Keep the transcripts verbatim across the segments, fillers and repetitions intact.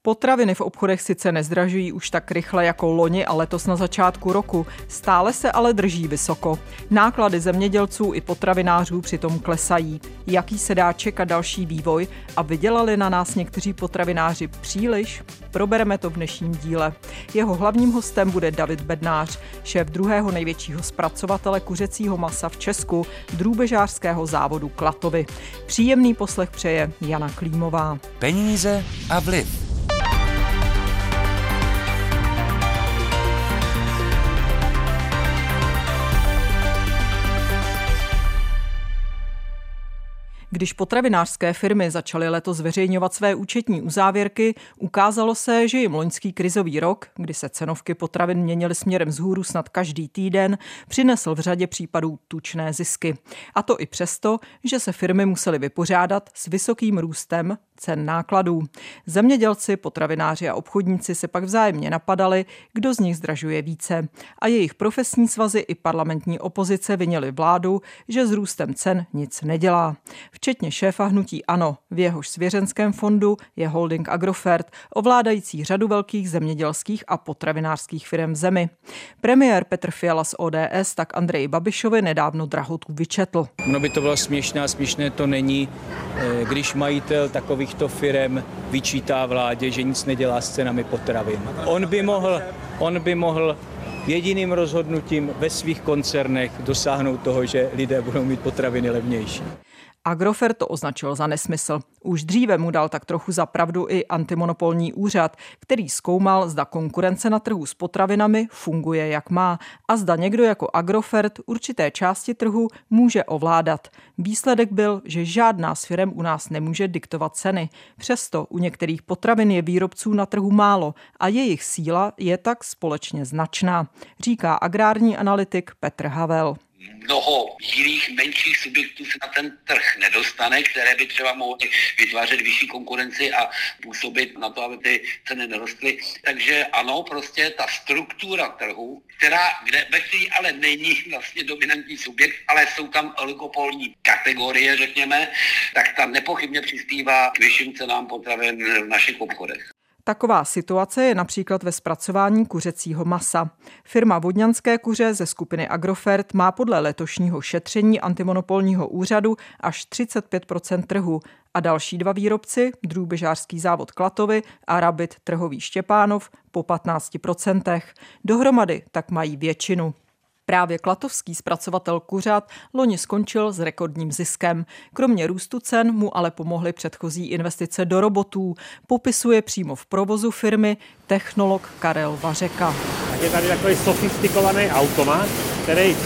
Potraviny v obchodech sice nezdražují už tak rychle jako loni a letos na začátku roku, stále se ale drží vysoko. Náklady zemědělců i potravinářů přitom klesají. Jaký se dá čekat další vývoj a vydělali na nás někteří potravináři příliš? Probereme to v dnešním díle. Jeho hlavním hostem bude David Bednář, šéf druhého největšího zpracovatele kuřecího masa v Česku, drůbežářského závodu Klatovy. Příjemný poslech přeje Jana Klímová. Peníze a vliv. Když potravinářské firmy začaly letos zveřejňovat své účetní uzávěrky, ukázalo se, že jim loňský krizový rok, kdy se cenovky potravin měnily směrem vzhůru snad každý týden, přinesl v řadě případů tučné zisky. A to i přesto, že se firmy musely vypořádat s vysokým růstem cen nákladů. Zemědělci, potravináři a obchodníci se pak vzájemně napadali, kdo z nich zdražuje více. A jejich profesní svazy i parlamentní opozice vinili vládu, že s růstem cen nic nedělá. Včetně šéfa hnutí ANO, v jehož svěřenském fondu je holding Agrofert, ovládající řadu velkých zemědělských a potravinářských firm v zemi. Premiér Petr Fiala z O D S tak Andreji Babišovi nedávno drahotu vyčetl. No by to bylo směšné a směšné to není, když majitel takovýchto firem vyčítá vládě, že nic nedělá s cenami potravin. On by mohl, on by mohl jediným rozhodnutím ve svých koncernech dosáhnout toho, že lidé budou mít potraviny levnější. Agrofert to označil za nesmysl. Už dříve mu dal tak trochu za pravdu i antimonopolní úřad, který zkoumal, zda konkurence na trhu s potravinami funguje jak má a zda někdo jako Agrofert určité části trhu může ovládat. Výsledek byl, že žádná z firem u nás nemůže diktovat ceny. Přesto u některých potravin je výrobců na trhu málo a jejich síla je tak společně značná, říká agrární analytik Petr Havel. Mnoho jiných menších subjektů se na ten trh nedostane, které by třeba mohly vytvářet vyšší konkurenci a působit na to, aby ty ceny nerostly. Takže ano, prostě ta struktura trhu, která, kde, ve který ale není vlastně dominantní subjekt, ale jsou tam oligopolní kategorie, řekněme, tak ta nepochybně přispívá k vyšším cenám potravin v našich obchodech. Taková situace je například ve zpracování kuřecího masa. Firma Vodňanské kuře ze skupiny Agrofert má podle letošního šetření antimonopolního úřadu až třicet pět procent trhu a další dva výrobci, drůbežářský závod Klatovy a Rabit trhový Štěpánov, po patnáct procent. Dohromady tak mají většinu. Právě klatovský zpracovatel kuřat loni skončil s rekordním ziskem. Kromě růstu cen mu ale pomohly předchozí investice do robotů, popisuje přímo v provozu firmy technolog Karel Vařeka. Tak je tady takový sofistikovaný automat, který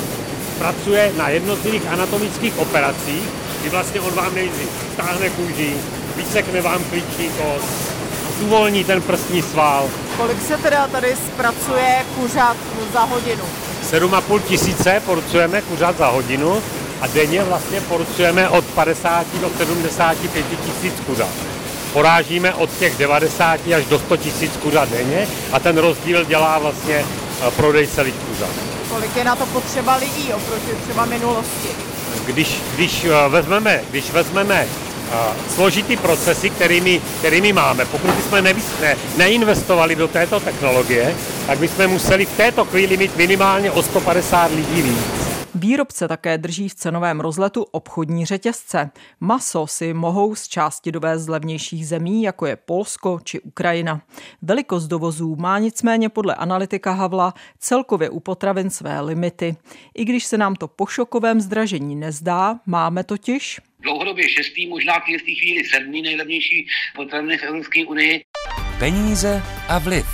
pracuje na jednotlivých anatomických operacích, kdy vlastně on vám nejdřív stáhne kůži, vysekne vám klíční kost, uvolní ten prstní sval. Kolik se teda tady zpracuje kuřat za hodinu? sedm a půl tisíce porcujeme kuřat za hodinu a denně vlastně porcujeme od padesát do sedmdesáti pěti tisíc kuřat. Porážíme od těch devadesáti až do sto tisíc kuřat denně a ten rozdíl dělá vlastně prodej celých kuřat. Kolik je na to potřeba lidí oproti třeba minulosti? Když, když vezmeme, když vezmeme složitý procesy, kterými, kterými máme. Pokud bychom ne, ne, neinvestovali do této technologie, tak bychom museli v této chvíli mít minimálně o sto padesát lidí víc. Výrobce také drží v cenovém rozletu obchodní řetězce. Maso si mohou z části dovést z levnějších zemí, jako je Polsko či Ukrajina. Velikost dovozů má nicméně podle analytika Havla celkově u potravin své limity. I když se nám to po šokovém zdražení nezdá, máme totiž dlouhodobě šestý, možná v té chvíli sedmý nejlevnější potraviny v Evropské unii. Peníze a vliv.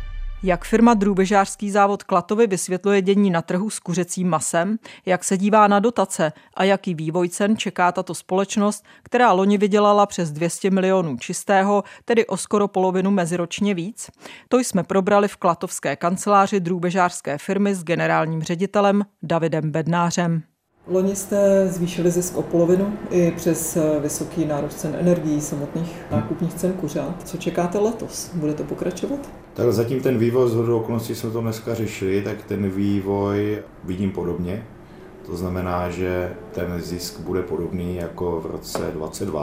Jak firma drůbežářský závod Klatovy vysvětluje dění na trhu s kuřecím masem, jak se dívá na dotace a jaký vývoj cen čeká tato společnost, která loni vydělala přes dvě stě milionů čistého, tedy o skoro polovinu meziročně víc? To jsme probrali v klatovské kanceláři drůbežářské firmy s generálním ředitelem Davidem Bednářem. Loni jste zvýšili zisk o polovinu i přes vysoký nárůst cen energií, samotných nákupních cen kuřat. Co čekáte letos? Bude to pokračovat? Tak zatím ten vývoj, shodou okolností jsme to dneska řešili, tak ten vývoj vidím podobně. To znamená, že ten zisk bude podobný jako v roce dvacet dva.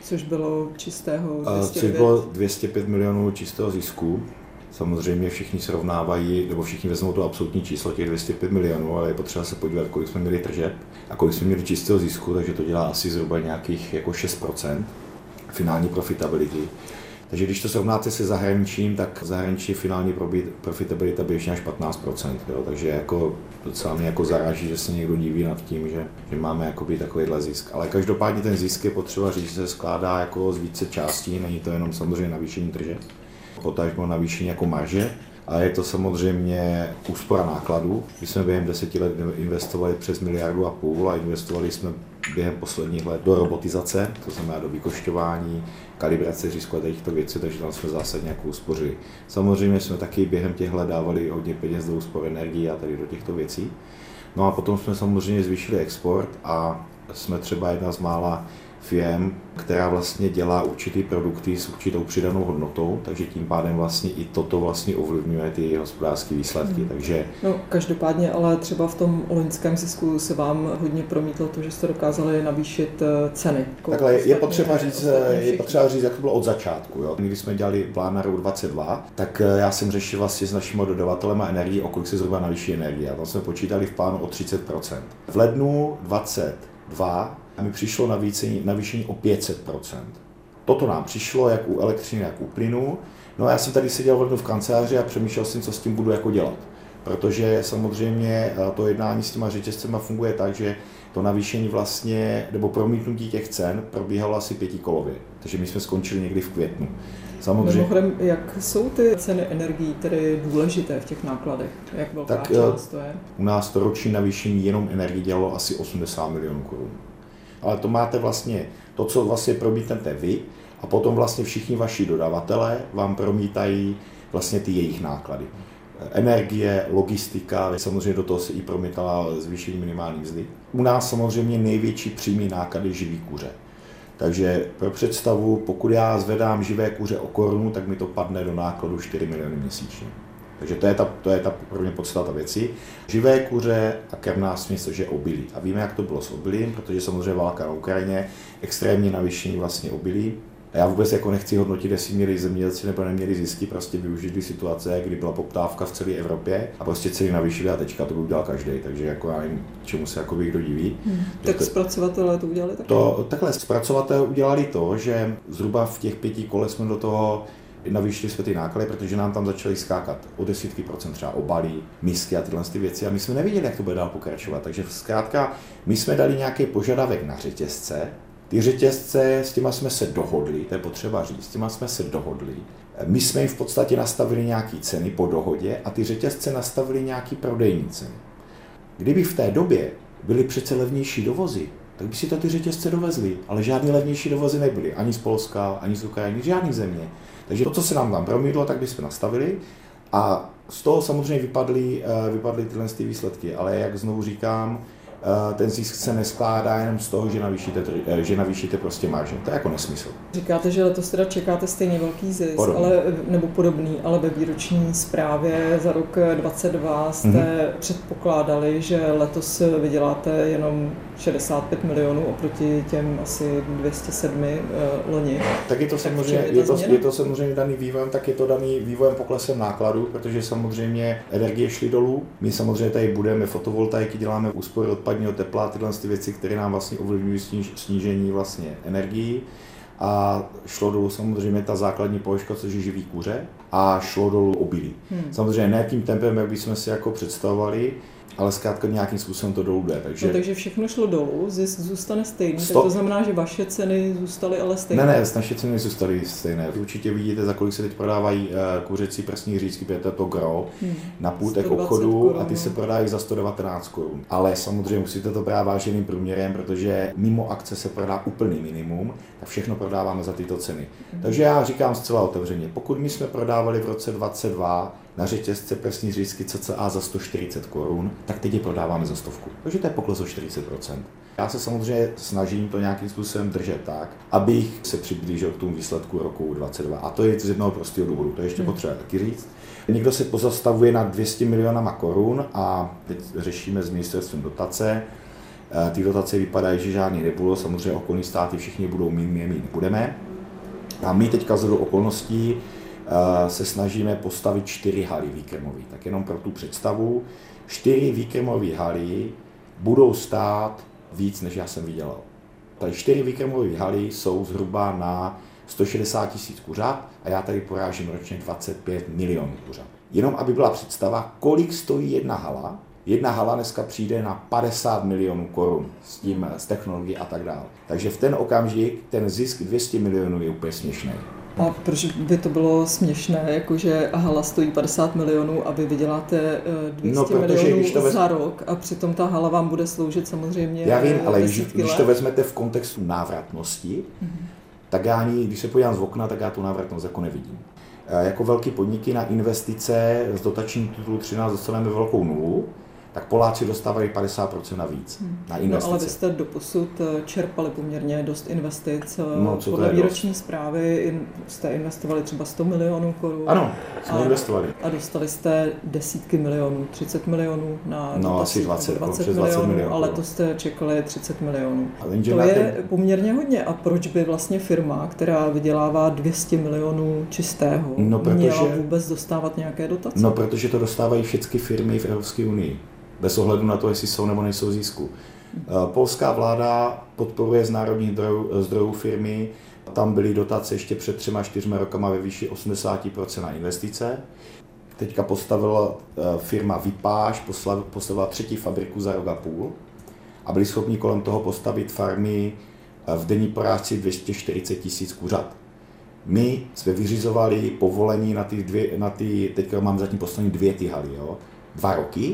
Což bylo čistého dvě stě devět. Což bylo dvě stě pět milionů čistého zisku. Samozřejmě všichni srovnávají, nebo všichni vezmou to absolutní číslo těch dvě stě pět milionů, ale je potřeba se podívat, kolik jsme měli tržeb a kolik jsme měli čistého zisku, takže to dělá asi zhruba nějakých jako šest procent finální profitability. Takže když to srovnáte se zahraničím, tak zahraničí finální profitabilita běžně až patnáct procent. Jo? Takže jako docela mě jako zaráží, že se někdo diví nad tím, že, že máme jakoby takovýhle zisk. Ale každopádně ten zisk je potřeba říct, že se skládá jako z více částí, není to jenom samozřejmě navýšení tržeb, potažmo navýšení jako marže, a je to samozřejmě úspora nákladů. My jsme během deseti let investovali přes miliardu a půl a investovali jsme během posledních let do robotizace, to znamená do vykošťování, kalibrace řízku a těchto věcí, takže tam jsme zásadně jako uspořili. Samozřejmě jsme taky během těch let dávali hodně peněz do úspor energie a tady do těchto věcí. No a potom jsme samozřejmě zvýšili export a jsme třeba jedna z mála firm, která vlastně dělá určitý produkty s určitou přidanou hodnotou, takže tím pádem vlastně i toto vlastně ovlivňuje ty hospodářské výsledky. Hmm. Takže... No, každopádně, ale třeba v tom loňském zisku se vám hodně promítlo to, že jste dokázali navýšit ceny. Takhle je potřeba říct, je potřeba říct, jak to bylo od začátku. Jo. Když jsme dělali plán na rok dvacet dva, tak já jsem řešil vlastně s našimi dodavatelema energii, o kolik se zhruba navýší energie. A tam jsme počítali v plánu o třicet procent. V lednu dvacet dva a mi přišlo navýšení, navýšení o pět set procent. Toto nám přišlo jak u elektřiny, jak u plynu. No a já jsem tady seděl v lednu v kanceláři a přemýšlel jsem, co s tím budu jako dělat. Protože samozřejmě to jednání s těma řetězcema funguje tak, že to navýšení vlastně, nebo promítnutí těch cen probíhalo asi pětikolově. Takže my jsme skončili někdy v květnu. Samozřejmě. Mimochodem, jak jsou ty ceny energií tedy důležité v těch nákladech? Jak velká tak, část to je? U nás to roční navýšení jenom energii dělalo asi osmdesát milionů korun. Ale to máte vlastně to, co vlastně promítnete vy, a potom vlastně všichni vaši dodavatelé vám promítají vlastně ty jejich náklady. Energie, logistika, samozřejmě do toho se i promítala zvýšení minimální mzdy. U nás samozřejmě největší přímý náklad je živý kuře. Takže pro představu, pokud já zvedám živé kuře o korunu, tak mi to padne do nákladu čtyři miliony měsíčně. Takže to je ta, to je ta pro mě podstata věci. Živé kuře a krmná směs, což je obilí. A víme, jak to bylo s obilím, protože samozřejmě válka na Ukrajině, extrémně navýšení vlastně obilí. A já vůbec jako nechci hodnotit, jestli měli zemědělci nebo neměli zisky, prostě využili situace, kdy byla poptávka v celé Evropě a prostě ceny navýšili a teďka to by udělal každý, takže jako já nevím, čemu se jako kdo diví. Hmm. Tak to, zpracovatelé to udělali taky? To, takhle, zpracovatelé udělali to, že zhruba v těch pěti kolech jsme do toho navýšili jsme ty náklady, protože nám tam začaly skákat o desítky procent třeba obalí, misky a tyhle ty věci a my jsme nevěděli, jak to bude dál pokračovat. Takže zkrátka my jsme dali nějaký požadavek na řetězce. Ty řetězce, s těma jsme se dohodli, to je potřeba říct, s těma jsme se dohodli. My jsme jim v podstatě nastavili nějaké ceny po dohodě a ty řetězce nastavili nějaké prodejní ceny. Kdyby v té době byly přece levnější dovozy, tak by si to ty řetězce dovezly, ale žádné levnější dovozy nebyly, ani z Polska, ani z Ukrajiny, žádný země. Takže to, co se nám tam promítlo, tak bychom nastavili a z toho samozřejmě vypadly, vypadly tyhle ty výsledky, ale jak znovu říkám, ten zisk se neskládá jenom z toho, že navýšíte, že navýšíte prostě marže. To je jako nesmysl. Říkáte, že letos teda čekáte stejně velký zisk, ale, nebo podobný, ale ve výroční zprávě za rok dvacet dva jste mm-hmm. předpokládali, že letos vyděláte jenom šedesát pět milionů oproti těm asi dvě stě sedm uh, loni. Tak je to, tak samozřejmě, je, to, je to samozřejmě daný vývojem, tak je to daný vývojem poklesem nákladů, protože samozřejmě energie šly dolů. My samozřejmě tady budeme fotovoltaiky, děláme úspory odpadního tepla, tyhle ty věci, které nám vlastně ovlivňují sníž, snížení vlastně energií. A šlo dolů samozřejmě ta základní položka, což je živý kuře, a šlo dolů obilí. Hmm. Samozřejmě ne tím tempem, jak bychom si jako představovali, ale zkrátka nějakým způsobem to dolů jde. Takže, no, takže všechno šlo dolů, zisk zůstane stejný, Stop. tak to znamená, že vaše ceny zůstaly ale stejné. Ne, ne, naše ceny zůstaly stejné. Určitě vidíte, za kolik se teď prodávají kuřecí prsní řízky, protože to je to gro, hmm. na půltek obchodu korun. A ty se prodávají za sto devatenáct korun. Ale samozřejmě musíte to brát váženým průměrem, protože mimo akce se prodá úplný minimum, tak všechno prodáváme za tyto ceny. Hmm. Takže já říkám zcela otevřeně, pokud my jsme prodávali v roce dvacet dva na řetězce prsní řízky cca za sto čtyřicet korun, tak teď je prodáváme za stovku. Takže to je pokles o čtyřicet procent. Já se samozřejmě snažím to nějakým způsobem držet tak, abych se přiblížil k tomu výsledku roku dvacet dva. A to je z jednoho prostého důvodu, to je ještě hmm. potřeba taky říct. Někdo se pozastavuje na dvě stě milionama korun a teď řešíme s ministerstvem dotace, Ty dotace vypadají, že žádný nebudou, samozřejmě okolní státy všichni budou mít, my mít nebudeme. A my teďka z okolností se snažíme postavit čtyři haly výkrmové. Tak jenom pro tu představu, čtyři výkrmové haly budou stát víc, než já jsem vydělal. Tady čtyři výkrmové haly jsou zhruba na sto šedesát tisíc kuřat a já tady porážím ročně dvacet pět milionů kuřat. Jenom aby byla představa, kolik stojí jedna hala. Jedna hala dneska přijde na padesát milionů korun s tím, s technologií a tak dále. Takže v ten okamžik ten zisk dvě stě milionů je úplně směšný. A proč by to bylo směšné, jakože hala stojí padesát milionů a vy vyděláte dvě stě no, milionů vez... za rok a přitom ta hala vám bude sloužit samozřejmě Já vím, ale když, když to vezmete v kontextu návratnosti, mm-hmm. tak já ani, když se podívám z okna, tak já tu návratnost jako nevidím. Jako velký podniky na investice z dotačních titulů třináct dostaneme velkou nulu, tak Poláci dostávají padesát procent navíc hmm. na investice. No ale vy jste doposud čerpali poměrně dost investic. No, podle výroční zprávy jste investovali třeba sto milionů korun. Ano, jsme a, investovali. A dostali jste desítky milionů, třicet milionů na no, dotací, asi dvacet, dvacet milionů, milionů, milionů, ale to jste čekali třicet milionů. To je ten... poměrně hodně. A proč by vlastně firma, která vydělává dvě stě milionů čistého, no, protože... měla vůbec dostávat nějaké dotace? No, protože to dostávají všechny firmy v Evropské unii. Bez ohledu na to, jestli jsou nebo nejsou zisku. Polská vláda podporuje z národních zdrojů, zdrojů firmy. Tam byly dotace ještě před třema, čtyřma rokama ve výši osmdesát procent na investice. Teďka postavila firma Vipáš, postavila třetí fabriku za rok a půl a byli schopni kolem toho postavit farmy v denní porážce dvě stě čtyřicet tisíc kuřat. My jsme vyřizovali povolení na ty dvě, na ty, teďka mám zatím postavení dvě ty haly, jo, dva roky.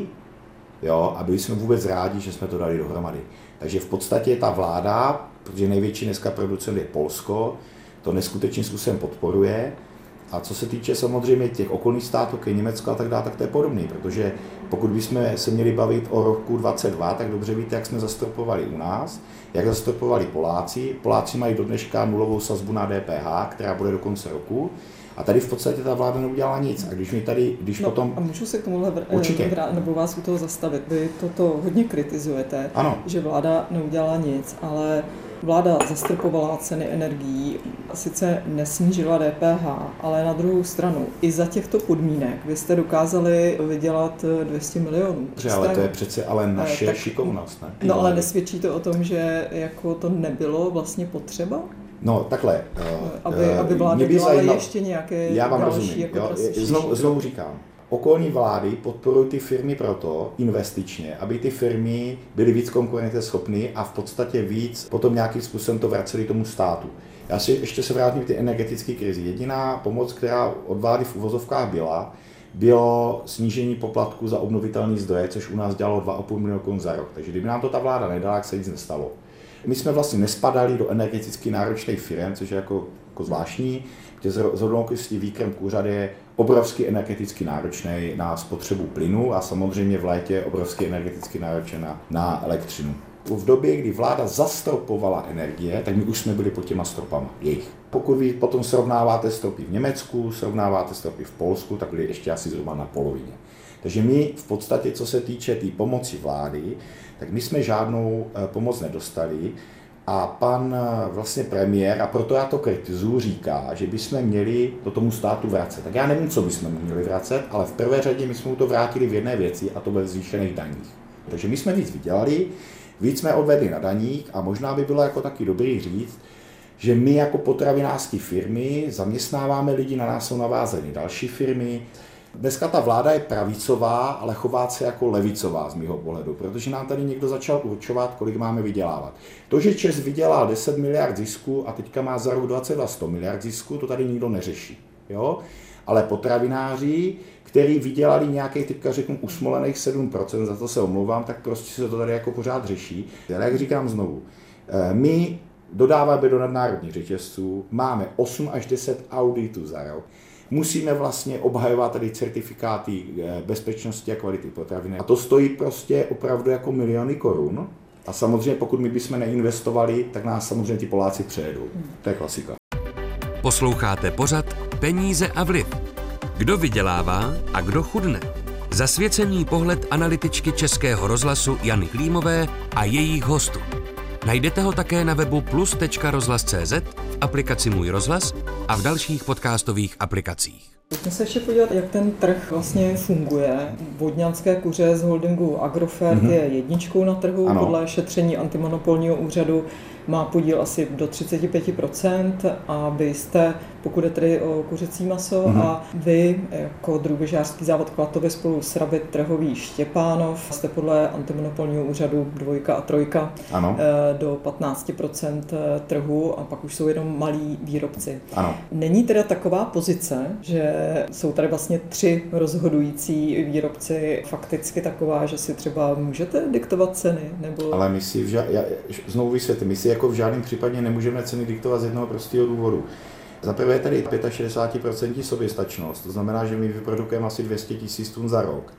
Jo, a byli jsme vůbec rádi, že jsme to dali dohromady. Takže v podstatě ta vláda, protože největší dneska producent je Polsko, to neskutečným způsobem podporuje. A co se týče samozřejmě těch okolních států, jako Německo a tak dále, tak to je podobný, protože pokud bychom se měli bavit o roku dvacet dva, tak dobře víte, jak jsme zastropovali u nás, jak zastropovali Poláci. Poláci mají do dneška nulovou sazbu na D P H, která bude do konce roku. A tady v podstatě ta vláda neudělala nic. A když mi tady, když no, potom... A můžu se k tomuhle vrát, nebo vás u toho zastavit. Vy toto hodně kritizujete, ano. že vláda neudělala nic, ale vláda zastropovala ceny energií, sice nesnížila D P H, ale na druhou stranu i za těchto podmínek vy jste dokázali vydělat dvě stě milionů. Dobře, ale to je přece ale naše tak, šikovnost, ne? No ale nesvědčí to o tom, že jako to nebylo vlastně potřeba? No takhle, aby, aby vlády dělaly zajímal... ještě nějaké já vám další rozumím, jako jo, znovu, znovu říkám, okolní vlády podporují ty firmy proto investičně, aby ty firmy byly víc konkurenceschopné a v podstatě víc potom nějakým způsobem to vraceli tomu státu. Já si ještě se vrátím k té energetické krizi. Jediná pomoc, která od vlády v uvozovkách byla, bylo snížení poplatku za obnovitelné zdroje, což u nás dělalo dva a půl milionu korun za rok. Takže kdyby nám to ta vláda nedala, tak se nic nestalo. My jsme vlastně nespadali do energeticky náročných firm, což je jako, jako zvláštní, protože z hodnokostí výkrm kuřat je obrovsky energeticky náročný na spotřebu plynu a samozřejmě v létě je obrovsky energeticky náročný na, na elektřinu. V době, kdy vláda zastropovala energie, tak my už jsme byli pod těma stropama jejich. Pokud vy potom srovnáváte stropy v Německu, srovnáváte stropy v Polsku, tak byli ještě asi zhruba na polovině. Takže my v podstatě, co se týče té tý pomoci vlády, tak my jsme žádnou pomoc nedostali a pan vlastně premiér, a proto já to kritizuji, říká, že bychom měli do tomu státu vracet. Tak já nevím, co bychom mu měli vracet, ale v prvé řadě my jsme mu to vrátili v jedné věci a to ve zvýšených daních. Takže my jsme víc vydělali, víc jsme odvedli na daních a možná by bylo jako taky dobrý říct, že my jako potravinářské firmy zaměstnáváme lidi, na nás jsou navázány další firmy. Dneska ta vláda je pravicová, ale chová se jako levicová z mýho pohledu, protože nám tady někdo začal určovat, kolik máme vydělávat. To, že Čes vydělal deset miliard zisku a teďka má za rok dvacet dva sto miliard zisku, to tady nikdo neřeší. Jo? Ale potravináři, který vydělali nějakých, teďka řeknu, usmolených sedm procent, za to se omlouvám, tak prostě se to tady jako pořád řeší. Ale jak říkám znovu, my dodáváme do nadnárodních řetězců, máme osm až deset auditů za rok, musíme vlastně obhajovat tady certifikáty bezpečnosti a kvality potravin. A to stojí prostě opravdu jako miliony korun. A samozřejmě pokud my bychom neinvestovali, tak nás samozřejmě ti Poláci přejedou. To je klasika. Posloucháte pořad Peníze a vliv. Kdo vydělává a kdo chudne? Zasvěcený pohled analytičky Českého rozhlasu Jany Klímové a jejich hostů. Najdete ho také na webu plus tečka rozhlas tečka cé zet, v aplikaci Můj rozhlas a v dalších podcastových aplikacích. Pojďme se ještě podívat, jak ten trh vlastně funguje. Vodňanské kuře z holdingu Agrofert mm-hmm. je jedničkou na trhu. Ano. Podle šetření antimonopolního úřadu má podíl asi do třicet pět procent a vy jste, pokud je tedy o kuřecí maso, mm-hmm. a vy jako drůbežářský závod Klatovy spolu s Rabit Trhový Štěpánov jste podle antimonopolního úřadu dvojka a trojka ano. do patnáct procent trhu a pak už jsou jenom malí výrobci. Ano. Není teda taková pozice, že jsou tady vlastně tři rozhodující výrobci fakticky taková, že si třeba můžete diktovat ceny? Nebo... Ale my si, v ža- já, znovu vysvětlím, my si jako v žádném případě nemůžeme ceny diktovat z jednoho prostého důvodu. Za prvé je tady šedesát pět procent soběstačnost, to znamená, že my vyprodukujeme asi dvě stě tisíc tun za rok.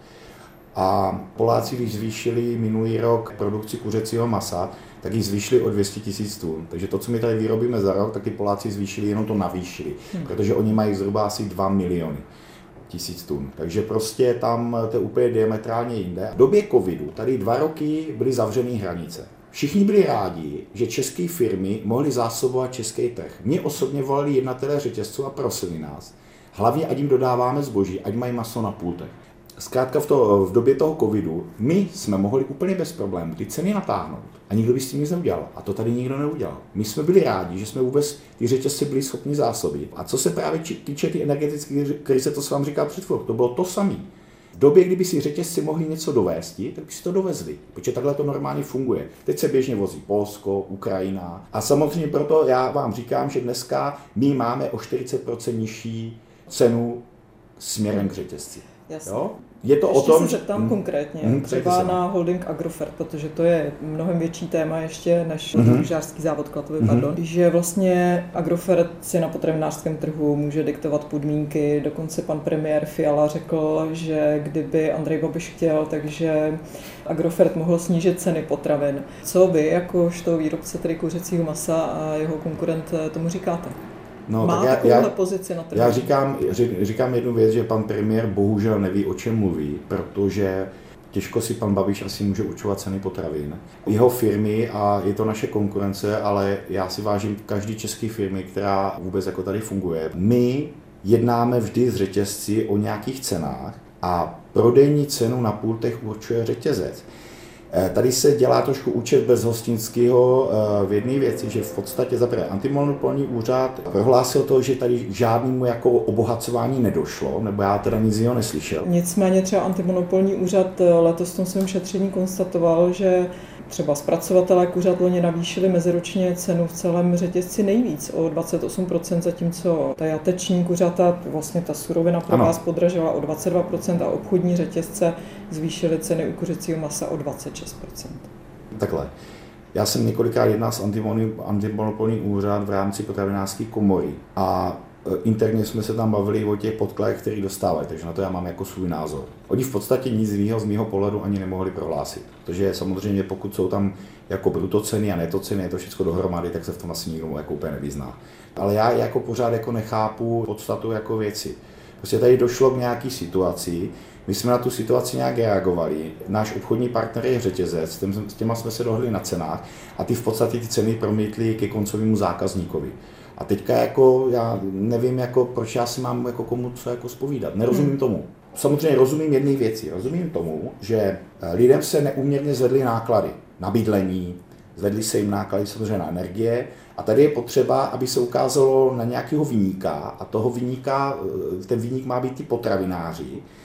A Poláci, když zvýšili minulý rok produkci kuřecího masa, tak ji zvýšili o dvě stě tisíc tun. Takže to, co my tady vyrobíme za rok, tak ty Poláci zvýšili, jenom to navýšili, hmm. protože oni mají zhruba asi dva miliony tisíc tun. Takže prostě tam to je úplně diametrálně jinde. V době covidu tady dva roky byly zavřené hranice. Všichni byli rádi, že české firmy mohly zásobovat český trh. Mě osobně volali jednatelé řetězců a prosili nás. Hlavně, ať jim dodáváme zboží, ať mají maso na pultech. Zkrátka v, to, v době toho covidu my jsme mohli úplně bez problémů ty ceny natáhnout a nikdo by s tím nic neudělal. A to tady nikdo neudělal. My jsme byli rádi, že jsme vůbec ty řetězce byli schopni zásobit. A co se právě týče ty energetické krize, to se vám říkal před chvílí, to bylo to samé. V době, kdyby si řetězci mohli něco dovést, tak by si to dovezli, protože takhle to normálně funguje. Teď se běžně vozí Polsko, Ukrajina a samozřejmě proto já vám říkám, že dneska my máme o čtyřicet procent nižší cenu směrem k řetězci. Jo? Je to ještě o tom, se zeptám že... konkrétně, mm, třeba na holding Agrofert, protože to je mnohem větší téma ještě než drůbežářský mm. závod Klatovy, mm. pardon, že vlastně Agrofert si na potravinářském trhu může diktovat podmínky, dokonce pan premiér Fiala řekl, že kdyby Andrej Babiš chtěl, takže Agrofert mohl snížit ceny potravin. Co vy, jakožto výrobce tedy kuřecího masa a jeho konkurent, tomu říkáte? No, Má tak já, já, pozici na trhu? Já říkám, říkám jednu věc, že pan premiér bohužel neví, o čem mluví, protože těžko si pan Babiš asi může určovat ceny potravin. Jeho firmy, a je to naše konkurence, ale já si vážím každý české firmy, která vůbec jako tady funguje. My jednáme vždy s řetězci o nějakých cenách a prodejní cenu na pultech určuje řetězec. Tady se dělá trošku účet bezhostinského v jedné věci, že v podstatě zaprvé antimonopolní úřad prohlásil to, že tady žádnému jako obohacování nedošlo, nebo já teda nic jiného neslyšel. Nicméně třeba antimonopolní úřad letos v tom svém šetření konstatoval, že třeba zpracovatelé kuřat loni navýšili meziročně cenu v celém řetězci nejvíc o dvacet osm procent, zatímco ta jateční kuřata, vlastně ta surovina pro vás podražila o dvacet dva procent a obchodní řetězce zvýšily ceny u kuřecího masa o dvacet šest procent. Takhle. Já jsem několikrát jednal s antimonopolní úřad v rámci potravinářské komory a interně jsme se tam bavili o těch podkladech, které dostávají, takže na to já mám jako svůj názor. Oni v podstatě nic jiného z mého pohledu ani nemohli prohlásit, protože samozřejmě pokud jsou tam jako brutoceny a netoceny, je to všechno dohromady, tak se v tom asi nikdo jako úplně nevyzná. Ale já jako pořád jako nechápu podstatu jako věci. Prostě tady došlo k nějaký situaci, my jsme na tu situaci nějak reagovali, náš obchodní partner je řetězec, s těma jsme se dohodli na cenách a ty v podstatě ty ceny promítli ke koncovému zákazníkovi. A teďka jako já nevím, jako, proč já si mám jako komu co jako zpovídat. Nerozumím hmm. tomu. Samozřejmě rozumím jedné věci. Rozumím tomu, že lidem se neúměrně zvedly náklady na bydlení, zvedly se jim náklady samozřejmě na energie a tady je potřeba, aby se ukázalo na nějakého viníka a toho viníka, ten viník má být ty potravináři,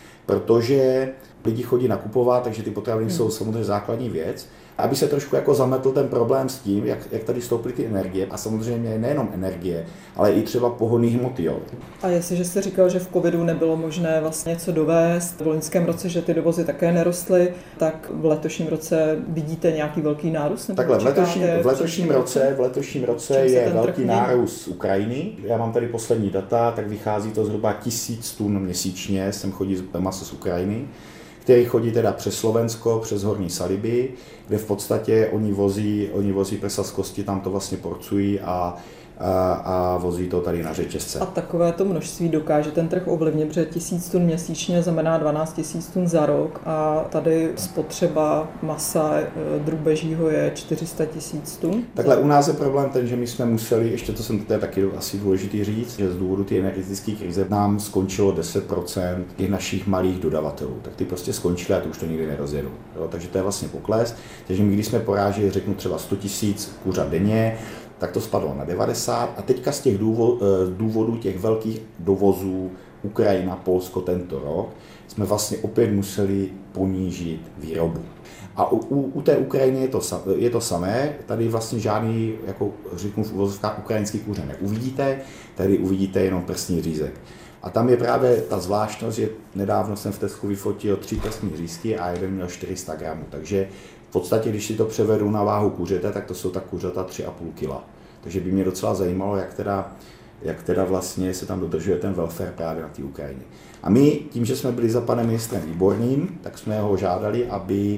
protože lidi chodí nakupovat, takže ty potraviny hmm. jsou samozřejmě základní věc. Aby se trošku jako zametl ten problém s tím, jak, jak tady stouply ty energie a samozřejmě nejenom energie, ale i třeba pohonné hmoty. Jo. A jestliže jste říkal, že v covidu nebylo možné vlastně něco dovést, v loňském roce, že ty dovozy také nerostly, tak v letošním roce vidíte nějaký velký nárůst? Takhle, v letošním, v letošním roce, v letošním roce je velký nárůst z Ukrajiny. Já mám tady poslední data, tak vychází to zhruba tisíc tun měsíčně, sem chodí maso z Ukrajiny, který chodí teda přes Slovensko, přes Horní Saliby, kde v podstatě oni vozí, oni vozí prsa z kosti, tam to vlastně porcují a a, a vozí to tady na řetězce. A takové to množství dokáže ten trh ovlivnit, protože tisíc tun měsíčně znamená dvanáct tisíc tun za rok a tady spotřeba masa drůbežího je čtyři sta tisíc tun. Takhle u nás je problém ten, že my jsme museli, ještě to jsem to je taky asi důležitý říct, že z důvodu té energetické krize nám skončilo deset procent těch našich malých dodavatelů. Tak ty prostě skončily a to už to nikdy nerozjedou. Jo, takže to je vlastně pokles. Takže my, když jsme poráželi, řeknu třeba sto tisíc kuřat denně, tak to spadlo na devadesát a teďka z těch důvodů těch velkých dovozů Ukrajina, Polsko tento rok jsme vlastně opět museli ponížit výrobu. A u, u, u té Ukrajiny je to, je to samé, tady vlastně žádný, jako řeknu v uvozovkách, ukrajinský kuře neuvidíte, tady uvidíte jenom prsní řízek. A tam je právě ta zvláštnost, že nedávno jsem v Tesku vyfotil tři prsní řízky a jeden měl čtyři sta gramů, takže v podstatě, když si to převedu na váhu kuřete, tak to jsou tak kuřata tři a půl kila. Takže by mě docela zajímalo, jak teda, jak teda vlastně se tam dodržuje ten welfare právě na té Ukrajině. A my, tím, že jsme byli za panem ministrem Výborným, tak jsme ho žádali, aby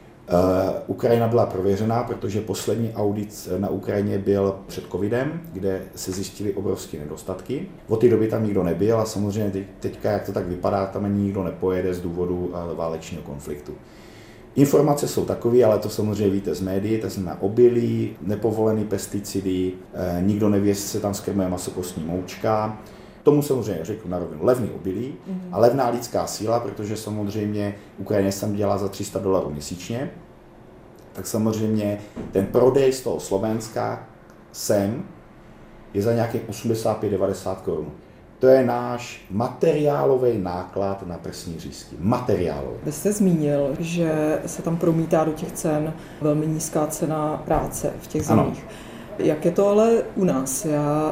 uh, Ukrajina byla prověřená, protože poslední audit na Ukrajině byl před covidem, kde se zjistily obrovské nedostatky. Od té doby tam nikdo nebyl a samozřejmě teď, teďka, jak to tak vypadá, tam ani nikdo nepojede z důvodu uh, válečného konfliktu. Informace jsou takové, ale to samozřejmě víte z médií, to znamená obilí, nepovolený pesticidy, eh, nikdo neví, jestli se tam skrmuje masokostní moučka. Tomu samozřejmě řeknu na rovinu levný obilí mm-hmm. a levná lidská síla, protože samozřejmě Ukrajina se tam dělá za tři sta dolarů měsíčně, tak samozřejmě ten prodej z toho Slovenska sem je za nějakých osmdesát pět devadesát korun. To je náš materiálový náklad na prsní řízky. Materiálový. Vy jste zmínil, že se tam promítá do těch cen velmi nízká cena práce v těch zemích. Ano. Jak je to ale u nás? Já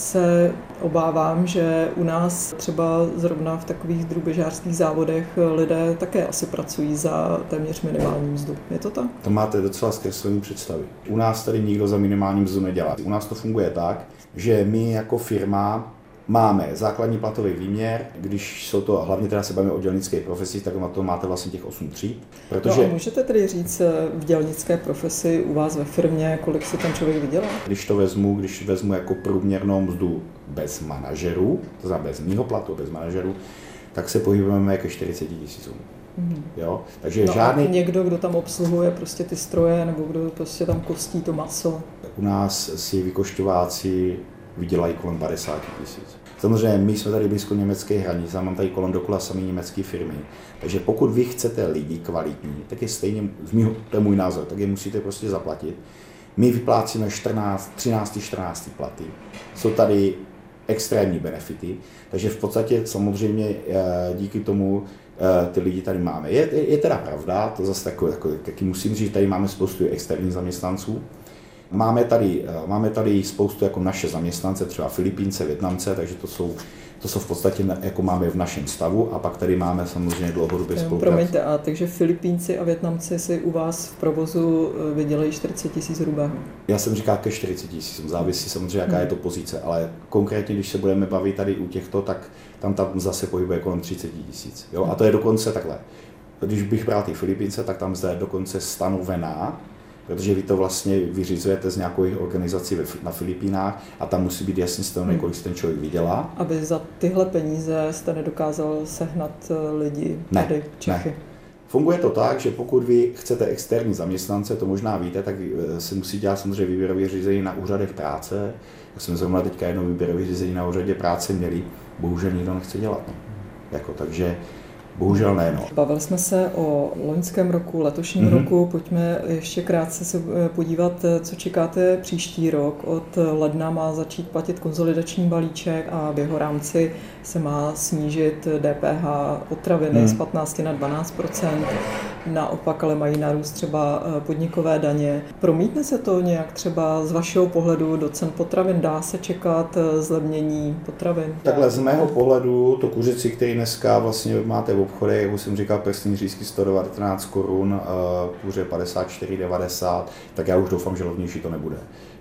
se obávám, že u nás třeba zrovna v takových drůbežářských závodech lidé také asi pracují za téměř minimální mzdu. Je to tak? To máte docela zkreslený představy. U nás tady nikdo za minimální mzdu nedělá. U nás to funguje tak, že my jako firma máme základní platový výměr, když jsou to, hlavně teda se bavíme o dělnické profesi, tak na to máte vlastně těch osm tříd. Protože... No a můžete tedy říct v dělnické profesi u vás ve firmě, kolik si ten člověk vydělá? Když to vezmu, když vezmu jako průměrnou mzdu bez manažerů, to znamená bez mýho platu, bez manažerů, tak se pohybujeme jako čtyřicet tisíců. Mm. Jo? Takže no žádný... někdo, kdo tam obsluhuje prostě ty stroje, nebo kdo prostě tam kostí to maso? U nás si vykošťováci vydělají kolem padesát tisíc. Samozřejmě my jsme tady blízko německé hranice a mám tady kolem dokola samé německé firmy. Takže pokud vy chcete lidi kvalitní, tak je stejně, to je můj názor, tak je musíte prostě zaplatit. My vyplácíme čtrnáct, třináct čtrnáct platy. Jsou tady extrémní benefity, takže v podstatě samozřejmě díky tomu ty lidi tady máme. Je, je, je teda pravda, to zase takové, jako, taky musím říct, že tady máme spoustu externích zaměstnanců. Máme tady, máme tady spoustu jako naše zaměstnance, třeba Filipínce, Vietnamce, takže to jsou, to jsou v podstatě jako máme v našem stavu a pak tady máme samozřejmě dlouhodobě spolupráci. Promiňte, a takže Filipínci a Vietnamci si u vás v provozu vydělají čtyřicet tisíc hrubého? Já jsem říkal ke čtyřicet tisíc, závisí samozřejmě, jaká hmm. je to pozice, ale konkrétně, když se budeme bavit tady u těchto, tak tam tam zase pohybuje kolem třicet tisíc. Jo? A to je dokonce takhle. Když bych bral ty Filipínce, tak tam zde je dokonce stanovená, protože vy to vlastně vyřizujete z nějaké organizací na Filipínách a tam musí být jasně stanovené, kolik si ten člověk vydělá. Aby za tyhle peníze jste nedokázal sehnat lidi tady ne, Čechy? Ne. Funguje to tak, že pokud vy chcete externí zaměstnance, to možná víte, tak se musí dělat samozřejmě výběrové řízení na úřadech práce. Jak jsme zrovna teďka jednou výběrové řízení na úřadě práce měli, bohužel nikdo nechce dělat. Jako, takže bohužel ne. No. Bavili jsme se o loňském roku, letošním mm-hmm. roku. Pojďme ještě krátce se podívat, co čekáte příští rok. Od ledna má začít platit konsolidační balíček a v jeho rámci se má snížit D P H potraviny mm. z patnáct na dvanáct procent. Naopak ale mají narůst třeba podnikové daně. Promítne se to nějak třeba z vašeho pohledu do cen potravin? Dá se čekat zlevnění potravin? Takhle z mého pohledu to kuřecí, který dneska vlastně máte v obchodech, jak už jsem říkal, prsní řízky sto devatenáct korun, kuře padesát čtyři devadesát, tak já už doufám, že levnější to nebude.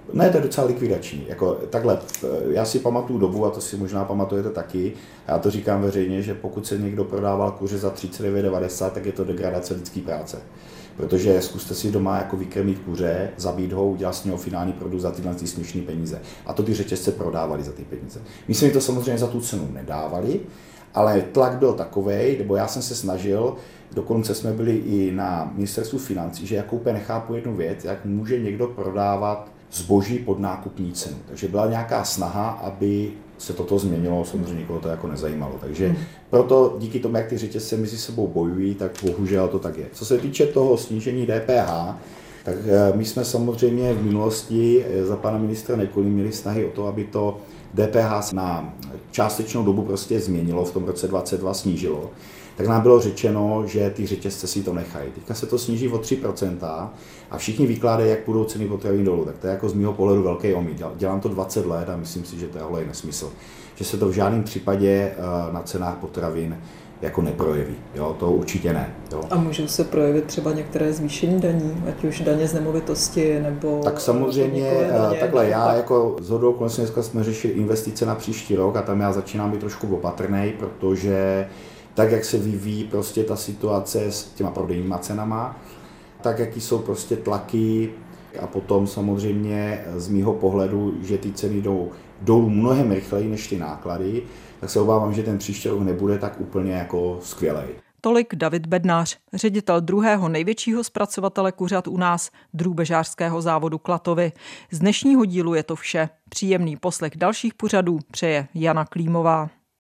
Ne, to je docela likvidační. Jako, takhle, já si pamatuju dobu, a to si možná pamatujete taky, já to říkám veřejně, že pokud se někdo prodával kuře za třicet devět devadesát, tak je to degradace lidské práce. Protože zkuste si doma jako vykrmit kuře, zabít ho, udělat z něho finální produkt za tyhle směšné peníze. A to ty řetězce prodávali za ty peníze. My jsme to samozřejmě za tu cenu nedávali, ale tlak byl takovej, nebo já jsem se snažil, dokonce jsme byli i na ministerstvu financí, že jako úplně nechápu jednu věc, jak může někdo prodávat zboží pod nákupní cenu. Takže byla nějaká snaha, aby se toto změnilo, samozřejmě nikoho to jako nezajímalo. Takže proto díky tomu, jak ty řetězce mezi sebou bojují, tak bohužel to tak je. Co se týče toho snížení D P H, tak my jsme samozřejmě v minulosti za pana ministra Nekuly měli snahy o to, aby to D P H na částečnou dobu prostě změnilo, v tom roce dvacet dva snížilo. Tak nám bylo řečeno, že ty řetězce si to nechají. Teďka se to sníží o tři procenta a všichni vykládají, jak půjdou ceny potravin dolů. Tak to je jako z mého pohledu velký omyl. Dělám to dvacet let a myslím si, že tohle je nesmysl. Že se to v žádném případě na cenách potravin jako neprojeví. Jo, to určitě ne. Jo. A můžou se projevit třeba některé zvýšení daní, ať už daně z nemovitosti nebo... Tak samozřejmě, daně, takhle já jako shodou okolností dneska jsme řešili investice na příští rok a tam já začínám být trošku opatrnej, protože tak, jak se vyvíjí prostě ta situace s těma prodejníma cenama, tak, jaký jsou prostě tlaky a potom samozřejmě z mýho pohledu, že ty ceny jdou dolů mnohem rychleji než ty náklady, tak se obávám, že ten příští rok nebude tak úplně jako skvělej. Tolik David Bednář, ředitel druhého největšího zpracovatele kuřat u nás, drůbežářského závodu Klatovy. Z dnešního dílu je to vše. Příjemný poslech dalších pořadů přeje Jana Klímová.